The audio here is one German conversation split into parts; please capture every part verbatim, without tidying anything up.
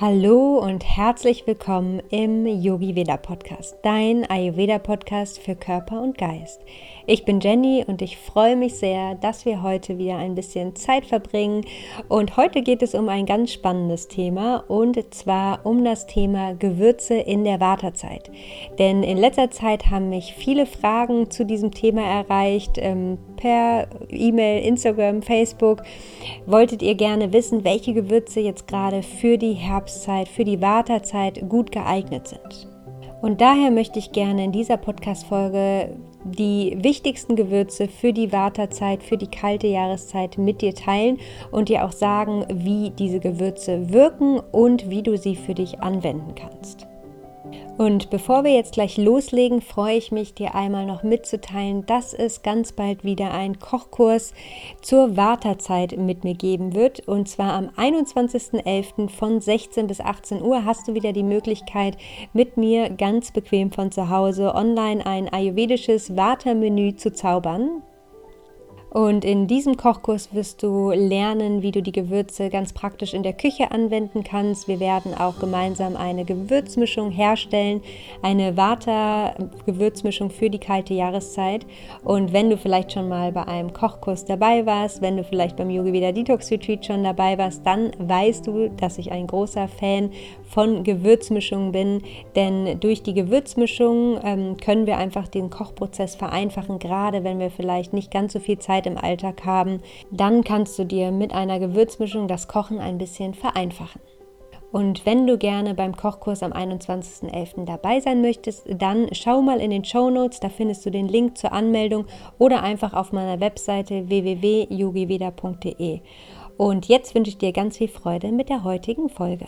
Hallo und herzlich willkommen im Yogi Veda Podcast, dein Ayurveda Podcast für Körper und Geist. Ich bin Jenny und ich freue mich sehr, dass wir heute wieder ein bisschen Zeit verbringen. Und heute geht es um ein ganz spannendes Thema, und zwar um das Thema Gewürze in der Vata-Zeit. Denn in letzter Zeit haben mich viele Fragen zu diesem Thema erreicht, ähm, per E-Mail, Instagram, Facebook. Wolltet ihr gerne wissen, welche Gewürze jetzt gerade für die Herbstzeit, für die Vata-Zeit gut geeignet sind? Und daher möchte ich gerne in dieser Podcast-Folge die wichtigsten Gewürze für die Vata-Zeit, für die kalte Jahreszeit mit dir teilen und dir auch sagen, wie diese Gewürze wirken und wie du sie für dich anwenden kannst. Und bevor wir jetzt gleich loslegen, freue ich mich, dir einmal noch mitzuteilen, dass es ganz bald wieder einen Kochkurs zur Vata-Zeit mit mir geben wird. Und zwar am einundzwanzigsten elften von sechzehn bis achtzehn Uhr hast du wieder die Möglichkeit, mit mir ganz bequem von zu Hause online ein ayurvedisches Vata-Menü zu zaubern. Und in diesem Kochkurs wirst du lernen, wie du die Gewürze ganz praktisch in der Küche anwenden kannst. Wir werden auch gemeinsam eine Gewürzmischung herstellen, eine Vata-Gewürzmischung für die kalte Jahreszeit. Und wenn du vielleicht schon mal bei einem Kochkurs dabei warst, wenn du vielleicht beim Yogi Veda Detox Retreat schon dabei warst, dann weißt du, dass ich ein großer Fan von Gewürzmischungen bin. Denn durch die Gewürzmischung ähm, können wir einfach den Kochprozess vereinfachen, gerade wenn wir vielleicht nicht ganz so viel Zeit im Alltag haben, dann kannst du dir mit einer Gewürzmischung das Kochen ein bisschen vereinfachen. Und wenn du gerne beim Kochkurs am einundzwanzigsten elften dabei sein möchtest, dann schau mal in den Shownotes, da findest du den Link zur Anmeldung oder einfach auf meiner Webseite w w w punkt yogiveda punkt d e. Und jetzt wünsche ich dir ganz viel Freude mit der heutigen Folge.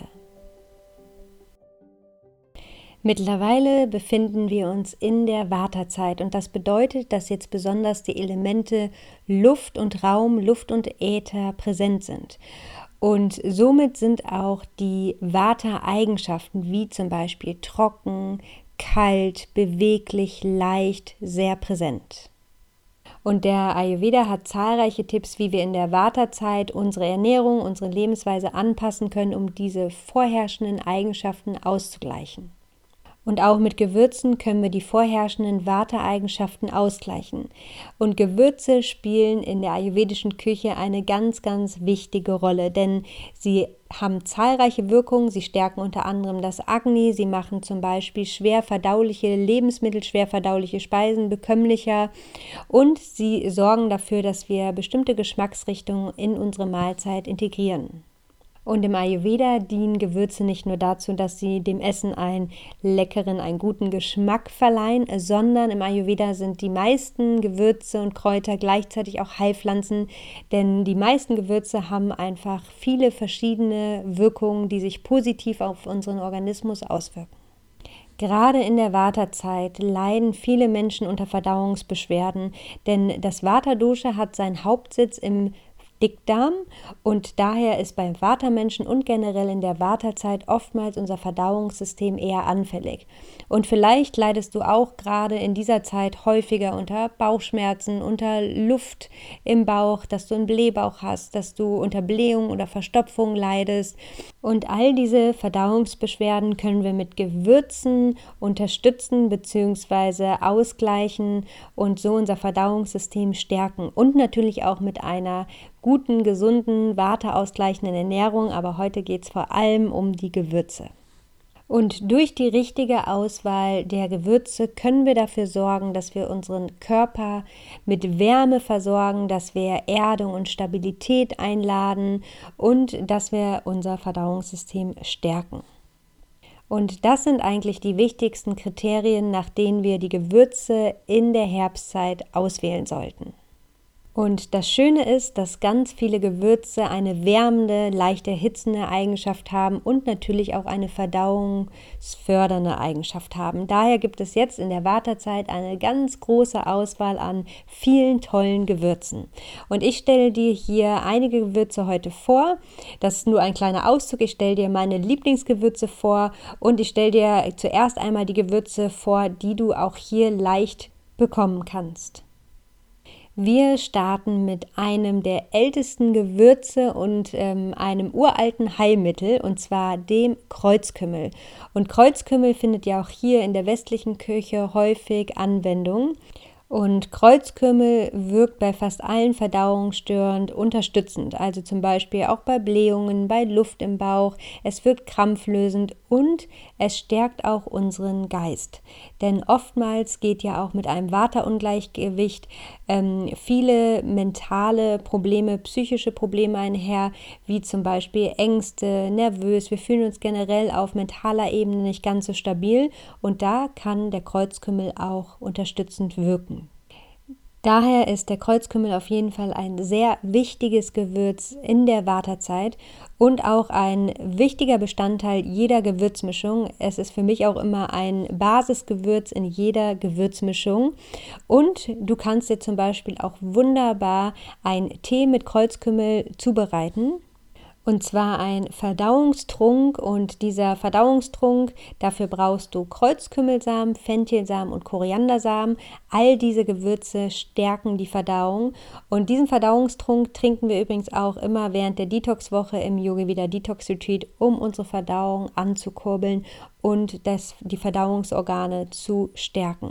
Mittlerweile befinden wir uns in der Vata-Zeit und das bedeutet, dass jetzt besonders die Elemente Luft und Raum, Luft und Äther präsent sind. Und somit sind auch die Vata-Eigenschaften wie zum Beispiel trocken, kalt, beweglich, leicht sehr präsent. Und der Ayurveda hat zahlreiche Tipps, wie wir in der Vata-Zeit unsere Ernährung, unsere Lebensweise anpassen können, um diese vorherrschenden Eigenschaften auszugleichen. Und auch mit Gewürzen können wir die vorherrschenden Vata-Eigenschaften ausgleichen. Und Gewürze spielen in der ayurvedischen Küche eine ganz, ganz wichtige Rolle, denn sie haben zahlreiche Wirkungen. Sie stärken unter anderem das Agni, sie machen zum Beispiel schwer verdauliche Lebensmittel, schwer verdauliche Speisen bekömmlicher und sie sorgen dafür, dass wir bestimmte Geschmacksrichtungen in unsere Mahlzeit integrieren. Und im Ayurveda dienen Gewürze nicht nur dazu, dass sie dem Essen einen leckeren, einen guten Geschmack verleihen, sondern im Ayurveda sind die meisten Gewürze und Kräuter gleichzeitig auch Heilpflanzen, denn die meisten Gewürze haben einfach viele verschiedene Wirkungen, die sich positiv auf unseren Organismus auswirken. Gerade in der Vata-Zeit leiden viele Menschen unter Verdauungsbeschwerden, denn das Vata-Dosha hat seinen Hauptsitz im Dickdarm und daher ist beim Vata-Menschen und generell in der Vata-Zeit oftmals unser Verdauungssystem eher anfällig. Und vielleicht leidest du auch gerade in dieser Zeit häufiger unter Bauchschmerzen, unter Luft im Bauch, dass du einen Blähbauch hast, dass du unter Blähung oder Verstopfung leidest. Und all diese Verdauungsbeschwerden können wir mit Gewürzen unterstützen bzw. ausgleichen und so unser Verdauungssystem stärken und natürlich auch mit einer guten, gesunden, Vata-ausgleichenden Ernährung, aber heute geht es vor allem um die Gewürze. Und durch die richtige Auswahl der Gewürze können wir dafür sorgen, dass wir unseren Körper mit Wärme versorgen, dass wir Erdung und Stabilität einladen und dass wir unser Verdauungssystem stärken. Und das sind eigentlich die wichtigsten Kriterien, nach denen wir die Gewürze in der Herbstzeit auswählen sollten. Und das Schöne ist, dass ganz viele Gewürze eine wärmende, leicht erhitzende Eigenschaft haben und natürlich auch eine verdauungsfördernde Eigenschaft haben. Daher gibt es jetzt in der Vata-Zeit eine ganz große Auswahl an vielen tollen Gewürzen. Und ich stelle dir hier einige Gewürze heute vor. Das ist nur ein kleiner Auszug. Ich stelle dir meine Lieblingsgewürze vor und ich stelle dir zuerst einmal die Gewürze vor, die du auch hier leicht bekommen kannst. Wir starten mit einem der ältesten Gewürze und ähm, einem uralten Heilmittel, und zwar dem Kreuzkümmel. Und Kreuzkümmel findet ja auch hier in der westlichen Küche häufig Anwendung. Und Kreuzkümmel wirkt bei fast allen Verdauungsstörungen unterstützend, also zum Beispiel auch bei Blähungen, bei Luft im Bauch. Es wirkt krampflösend und es stärkt auch unseren Geist. Denn oftmals geht ja auch mit einem Vata-Ungleichgewicht ähm, viele mentale Probleme, psychische Probleme einher, wie zum Beispiel Ängste, nervös. Wir fühlen uns generell auf mentaler Ebene nicht ganz so stabil und da kann der Kreuzkümmel auch unterstützend wirken. Daher ist der Kreuzkümmel auf jeden Fall ein sehr wichtiges Gewürz in der Vata-Zeit und auch ein wichtiger Bestandteil jeder Gewürzmischung. Es ist für mich auch immer ein Basisgewürz in jeder Gewürzmischung. Und du kannst dir zum Beispiel auch wunderbar einen Tee mit Kreuzkümmel zubereiten. Und zwar ein Verdauungstrunk, und dieser Verdauungstrunk, dafür brauchst du Kreuzkümmelsamen, Fenchelsamen und Koriandersamen. All diese Gewürze stärken die Verdauung, und diesen Verdauungstrunk trinken wir übrigens auch immer während der Detox-Woche im Yogaveda Detox Retreat, um unsere Verdauung anzukurbeln und das, die Verdauungsorgane zu stärken.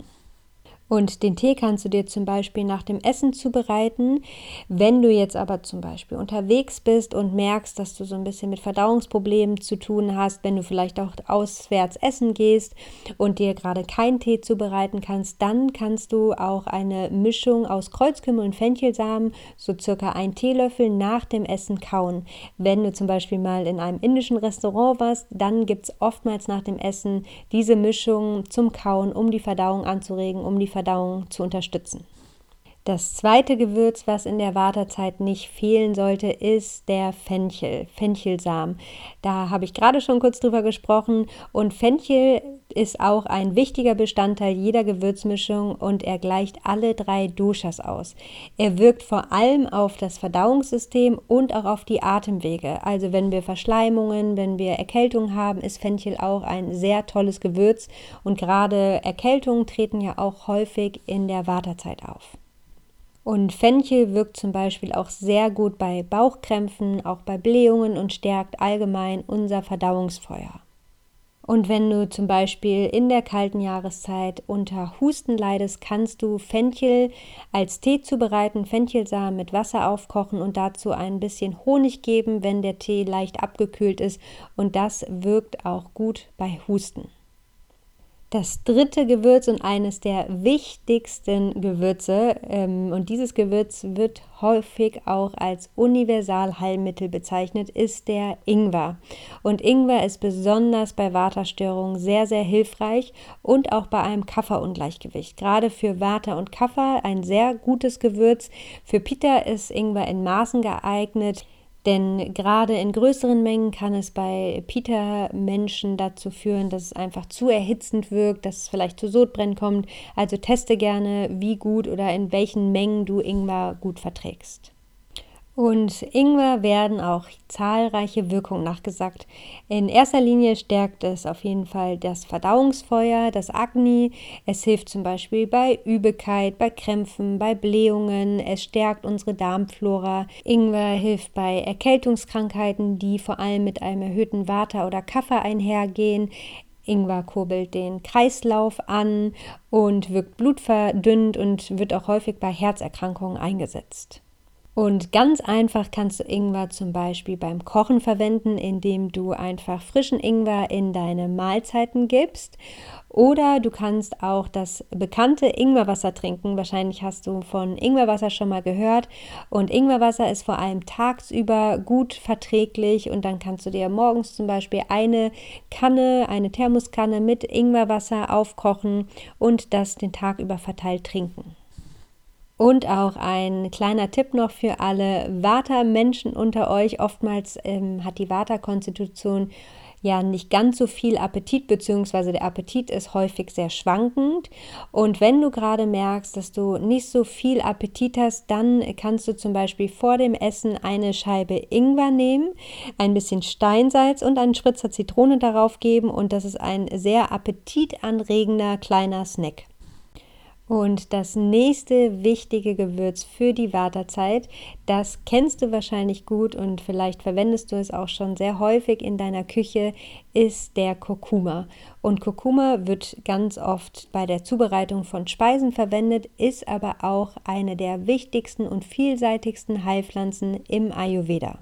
Und den Tee kannst du dir zum Beispiel nach dem Essen zubereiten. Wenn du jetzt aber zum Beispiel unterwegs bist und merkst, dass du so ein bisschen mit Verdauungsproblemen zu tun hast, wenn du vielleicht auch auswärts essen gehst und dir gerade keinen Tee zubereiten kannst, dann kannst du auch eine Mischung aus Kreuzkümmel und Fenchelsamen, so circa ein Teelöffel, nach dem Essen kauen. Wenn du zum Beispiel mal in einem indischen Restaurant warst, dann gibt es oftmals nach dem Essen diese Mischung zum Kauen, um die Verdauung anzuregen, um die Verdauung zu unterstützen. Das zweite Gewürz, was in der Vata-Zeit nicht fehlen sollte, ist der Fenchel, Fenchelsamen. Da habe ich gerade schon kurz drüber gesprochen, und Fenchel ist auch ein wichtiger Bestandteil jeder Gewürzmischung und er gleicht alle drei Doshas aus. Er wirkt vor allem auf das Verdauungssystem und auch auf die Atemwege. Also wenn wir Verschleimungen, wenn wir Erkältungen haben, ist Fenchel auch ein sehr tolles Gewürz, und gerade Erkältungen treten ja auch häufig in der Vata-Zeit auf. Und Fenchel wirkt zum Beispiel auch sehr gut bei Bauchkrämpfen, auch bei Blähungen, und stärkt allgemein unser Verdauungsfeuer. Und wenn du zum Beispiel in der kalten Jahreszeit unter Husten leidest, kannst du Fenchel als Tee zubereiten, Fenchelsamen mit Wasser aufkochen und dazu ein bisschen Honig geben, wenn der Tee leicht abgekühlt ist, und das wirkt auch gut bei Husten. Das dritte Gewürz und eines der wichtigsten Gewürze, ähm, und dieses Gewürz wird häufig auch als Universalheilmittel bezeichnet, ist der Ingwer. Und Ingwer ist besonders bei Vata-Störungen sehr, sehr hilfreich und auch bei einem Kapha-Ungleichgewicht. Gerade für Vata und Kapha ein sehr gutes Gewürz. Für Pitta ist Ingwer in Maßen geeignet. Denn gerade in größeren Mengen kann es bei Pitta-Menschen dazu führen, dass es einfach zu erhitzend wirkt, dass es vielleicht zu Sodbrennen kommt. Also teste gerne, wie gut oder in welchen Mengen du Ingwer gut verträgst. Und Ingwer werden auch zahlreiche Wirkungen nachgesagt. In erster Linie stärkt es auf jeden Fall das Verdauungsfeuer, das Agni. Es hilft zum Beispiel bei Übelkeit, bei Krämpfen, bei Blähungen. Es stärkt unsere Darmflora. Ingwer hilft bei Erkältungskrankheiten, die vor allem mit einem erhöhten Vata oder Kapha einhergehen. Ingwer kurbelt den Kreislauf an und wirkt blutverdünnend und wird auch häufig bei Herzerkrankungen eingesetzt. Und ganz einfach kannst du Ingwer zum Beispiel beim Kochen verwenden, indem du einfach frischen Ingwer in deine Mahlzeiten gibst. Oder du kannst auch das bekannte Ingwerwasser trinken. Wahrscheinlich hast du von Ingwerwasser schon mal gehört. Und Ingwerwasser ist vor allem tagsüber gut verträglich. Und dann kannst du dir morgens zum Beispiel eine Kanne, eine Thermoskanne mit Ingwerwasser aufkochen und das den Tag über verteilt trinken. Und auch ein kleiner Tipp noch für alle Vata-Menschen unter euch. Oftmals ähm, hat die Vata-Konstitution ja nicht ganz so viel Appetit, beziehungsweise der Appetit ist häufig sehr schwankend. Und wenn du gerade merkst, dass du nicht so viel Appetit hast, dann kannst du zum Beispiel vor dem Essen eine Scheibe Ingwer nehmen, ein bisschen Steinsalz und einen Spritzer Zitrone darauf geben, und das ist ein sehr appetitanregender kleiner Snack. Und das nächste wichtige Gewürz für die Vata-Zeit, das kennst du wahrscheinlich gut und vielleicht verwendest du es auch schon sehr häufig in deiner Küche, ist der Kurkuma. Und Kurkuma wird ganz oft bei der Zubereitung von Speisen verwendet, ist aber auch eine der wichtigsten und vielseitigsten Heilpflanzen im Ayurveda.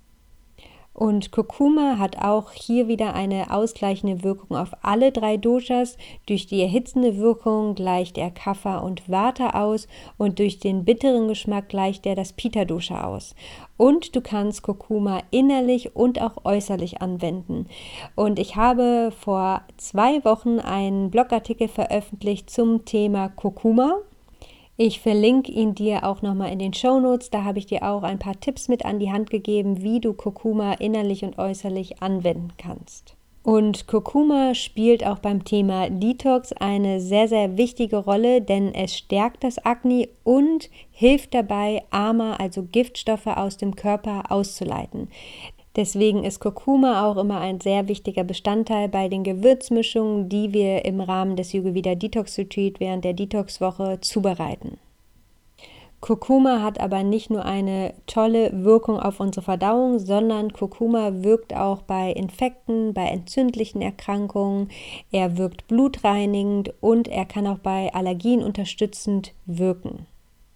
Und Kurkuma hat auch hier wieder eine ausgleichende Wirkung auf alle drei Doshas. Durch die erhitzende Wirkung gleicht er Kapha und Vata aus und durch den bitteren Geschmack gleicht er das Pitta-Dosha aus. Und du kannst Kurkuma innerlich und auch äußerlich anwenden. Und ich habe vor zwei Wochen einen Blogartikel veröffentlicht zum Thema Kurkuma. Ich verlinke ihn dir auch nochmal in den Shownotes, da habe ich dir auch ein paar Tipps mit an die Hand gegeben, wie du Kurkuma innerlich und äußerlich anwenden kannst. Und Kurkuma spielt auch beim Thema Detox eine sehr, sehr wichtige Rolle, denn es stärkt das Agni und hilft dabei, Ama, also Giftstoffe aus dem Körper auszuleiten. Deswegen ist Kurkuma auch immer ein sehr wichtiger Bestandteil bei den Gewürzmischungen, die wir im Rahmen des Yoga-Vidya Detox Retreat während der Detox-Woche zubereiten. Kurkuma hat aber nicht nur eine tolle Wirkung auf unsere Verdauung, sondern Kurkuma wirkt auch bei Infekten, bei entzündlichen Erkrankungen, er wirkt blutreinigend und er kann auch bei Allergien unterstützend wirken.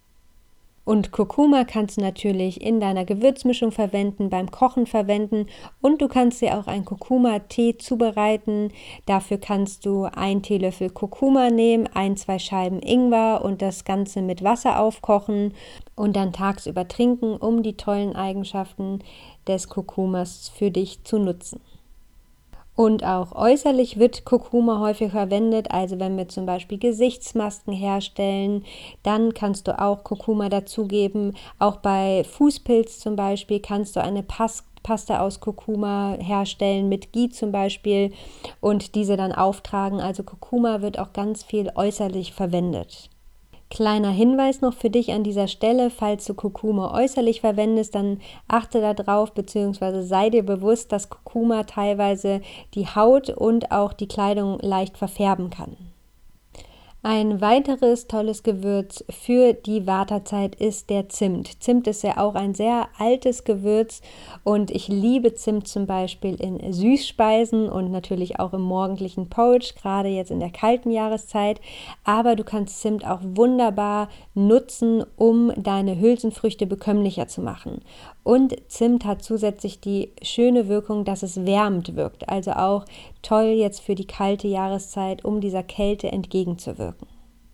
Und Kurkuma kannst du natürlich in deiner Gewürzmischung verwenden, beim Kochen verwenden und du kannst dir auch einen Kurkuma-Tee zubereiten. Dafür kannst du einen Teelöffel Kurkuma nehmen, ein, zwei Scheiben Ingwer und das Ganze mit Wasser aufkochen und dann tagsüber trinken, um die tollen Eigenschaften des Kurkumas für dich zu nutzen. Und auch äußerlich wird Kurkuma häufig verwendet, also wenn wir zum Beispiel Gesichtsmasken herstellen, dann kannst du auch Kurkuma dazugeben. Auch bei Fußpilz zum Beispiel kannst du eine Pas- Pasta aus Kurkuma herstellen, mit Ghee zum Beispiel und diese dann auftragen. Also Kurkuma wird auch ganz viel äußerlich verwendet. Kleiner Hinweis noch für dich an dieser Stelle, falls du Kurkuma äußerlich verwendest, dann achte darauf bzw. sei dir bewusst, dass Kurkuma teilweise die Haut und auch die Kleidung leicht verfärben kann. Ein weiteres tolles Gewürz für die Vata-Zeit ist der Zimt. Zimt ist ja auch ein sehr altes Gewürz und ich liebe Zimt zum Beispiel in Süßspeisen und natürlich auch im morgendlichen Porridge, gerade jetzt in der kalten Jahreszeit. Aber du kannst Zimt auch wunderbar nutzen, um deine Hülsenfrüchte bekömmlicher zu machen. Und Zimt hat zusätzlich die schöne Wirkung, dass es wärmend wirkt. Also auch toll jetzt für die kalte Jahreszeit, um dieser Kälte entgegenzuwirken.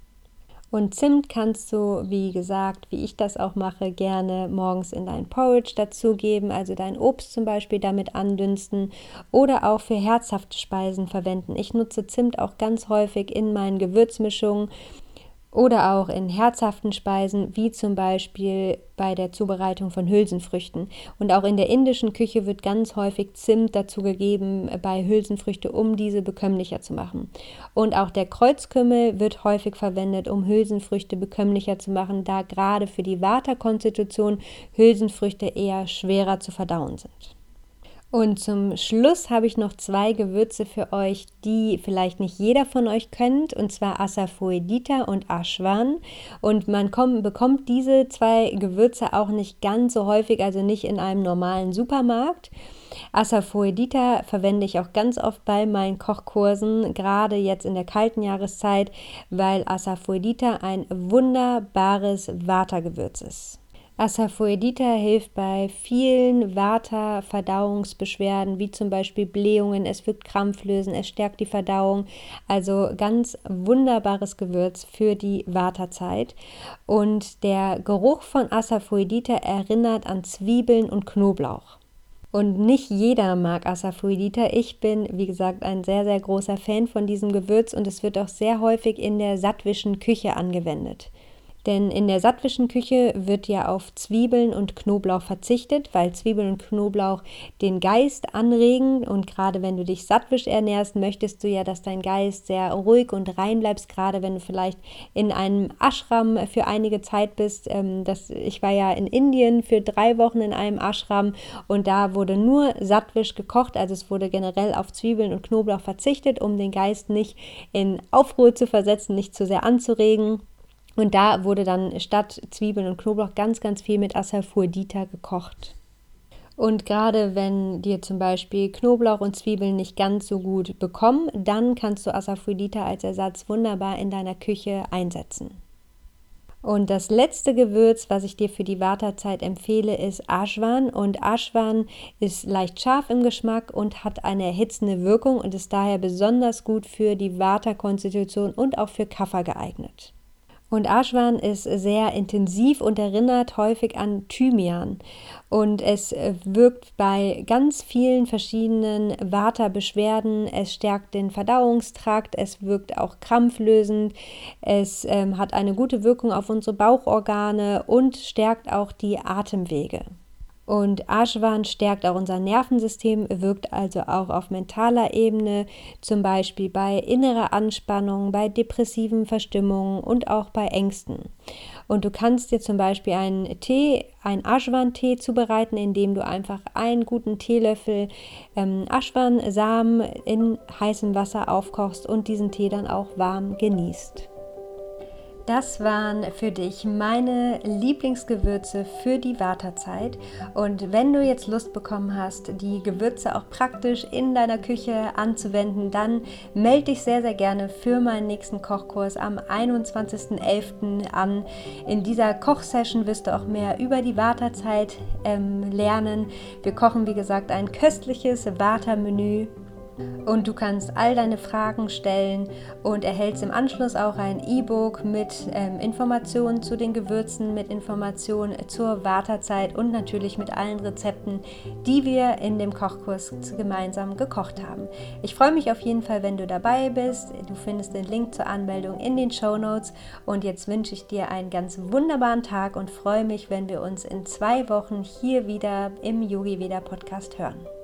Und Zimt kannst du, wie gesagt, wie ich das auch mache, gerne morgens in dein Porridge dazugeben, also dein Obst zum Beispiel damit andünsten oder auch für herzhafte Speisen verwenden. Ich nutze Zimt auch ganz häufig in meinen Gewürzmischungen oder auch in herzhaften Speisen, wie zum Beispiel bei der Zubereitung von Hülsenfrüchten. Und auch in der indischen Küche wird ganz häufig Zimt dazu gegeben bei Hülsenfrüchte, um diese bekömmlicher zu machen. Und auch der Kreuzkümmel wird häufig verwendet, um Hülsenfrüchte bekömmlicher zu machen, da gerade für die Vata-Konstitution Hülsenfrüchte eher schwerer zu verdauen sind. Und zum Schluss habe ich noch zwei Gewürze für euch, die vielleicht nicht jeder von euch kennt, und zwar Asafoetida und Ashwan. Und man kommt, bekommt diese zwei Gewürze auch nicht ganz so häufig, also nicht in einem normalen Supermarkt. Asafoetida verwende ich auch ganz oft bei meinen Kochkursen, gerade jetzt in der kalten Jahreszeit, weil Asafoetida ein wunderbares Vata-Gewürz ist. Asafoetida hilft bei vielen Vata-Verdauungsbeschwerden, wie zum Beispiel Blähungen, es wirkt krampflösend, es stärkt die Verdauung, also ganz wunderbares Gewürz für die Vata-Zeit. Und der Geruch von Asafoetida erinnert an Zwiebeln und Knoblauch. Und nicht jeder mag Asafoetida. Ich bin, wie gesagt, ein sehr, sehr großer Fan von diesem Gewürz und es wird auch sehr häufig in der sattvischen Küche angewendet. Denn in der sattwischen Küche wird ja auf Zwiebeln und Knoblauch verzichtet, weil Zwiebeln und Knoblauch den Geist anregen. Und gerade wenn du dich sattwisch ernährst, möchtest du ja, dass dein Geist sehr ruhig und rein bleibst, gerade wenn du vielleicht in einem Ashram für einige Zeit bist. Ähm, das, ich war ja in Indien für drei Wochen in einem Ashram und da wurde nur sattwisch gekocht, also es wurde generell auf Zwiebeln und Knoblauch verzichtet, um den Geist nicht in Aufruhr zu versetzen, nicht zu sehr anzuregen. Und da wurde dann statt Zwiebeln und Knoblauch ganz, ganz viel mit Asafoetida gekocht. Und gerade wenn dir zum Beispiel Knoblauch und Zwiebeln nicht ganz so gut bekommen, dann kannst du Asafoetida als Ersatz wunderbar in deiner Küche einsetzen. Und das letzte Gewürz, was ich dir für die Vata-Zeit empfehle, ist Ajwan. Und Ajwan ist leicht scharf im Geschmack und hat eine erhitzende Wirkung und ist daher besonders gut für die Vata-Konstitution und auch für Kapha geeignet. Und Ajwan ist sehr intensiv und erinnert häufig an Thymian. Und es wirkt bei ganz vielen verschiedenen Vata-Beschwerden. Es stärkt den Verdauungstrakt, es wirkt auch krampflösend, es ähm, hat eine gute Wirkung auf unsere Bauchorgane und stärkt auch die Atemwege. Und Ajwan stärkt auch unser Nervensystem, wirkt also auch auf mentaler Ebene, zum Beispiel bei innerer Anspannung, bei depressiven Verstimmungen und auch bei Ängsten. Und du kannst dir zum Beispiel einen Tee, einen Ajwan-Tee zubereiten, indem du einfach einen guten Teelöffel ähm, Ajwan-Samen in heißem Wasser aufkochst und diesen Tee dann auch warm genießt. Das waren für dich meine Lieblingsgewürze für die Vata-Zeit. Und wenn du jetzt Lust bekommen hast, die Gewürze auch praktisch in deiner Küche anzuwenden, dann melde dich sehr, sehr gerne für meinen nächsten Kochkurs am einundzwanzigsten elften an. In dieser Kochsession wirst du auch mehr über die Vata-Zeit ähm, lernen. Wir kochen, wie gesagt, ein köstliches Vata-Menü. Und du kannst all deine Fragen stellen und erhältst im Anschluss auch ein E-Book mit ähm, Informationen zu den Gewürzen, mit Informationen zur Vata-Zeit und natürlich mit allen Rezepten, die wir in dem Kochkurs gemeinsam gekocht haben. Ich freue mich auf jeden Fall, wenn du dabei bist. Du findest den Link zur Anmeldung in den Shownotes und jetzt wünsche ich dir einen ganz wunderbaren Tag und freue mich, wenn wir uns in zwei Wochen hier wieder im Yogi Veda Podcast hören.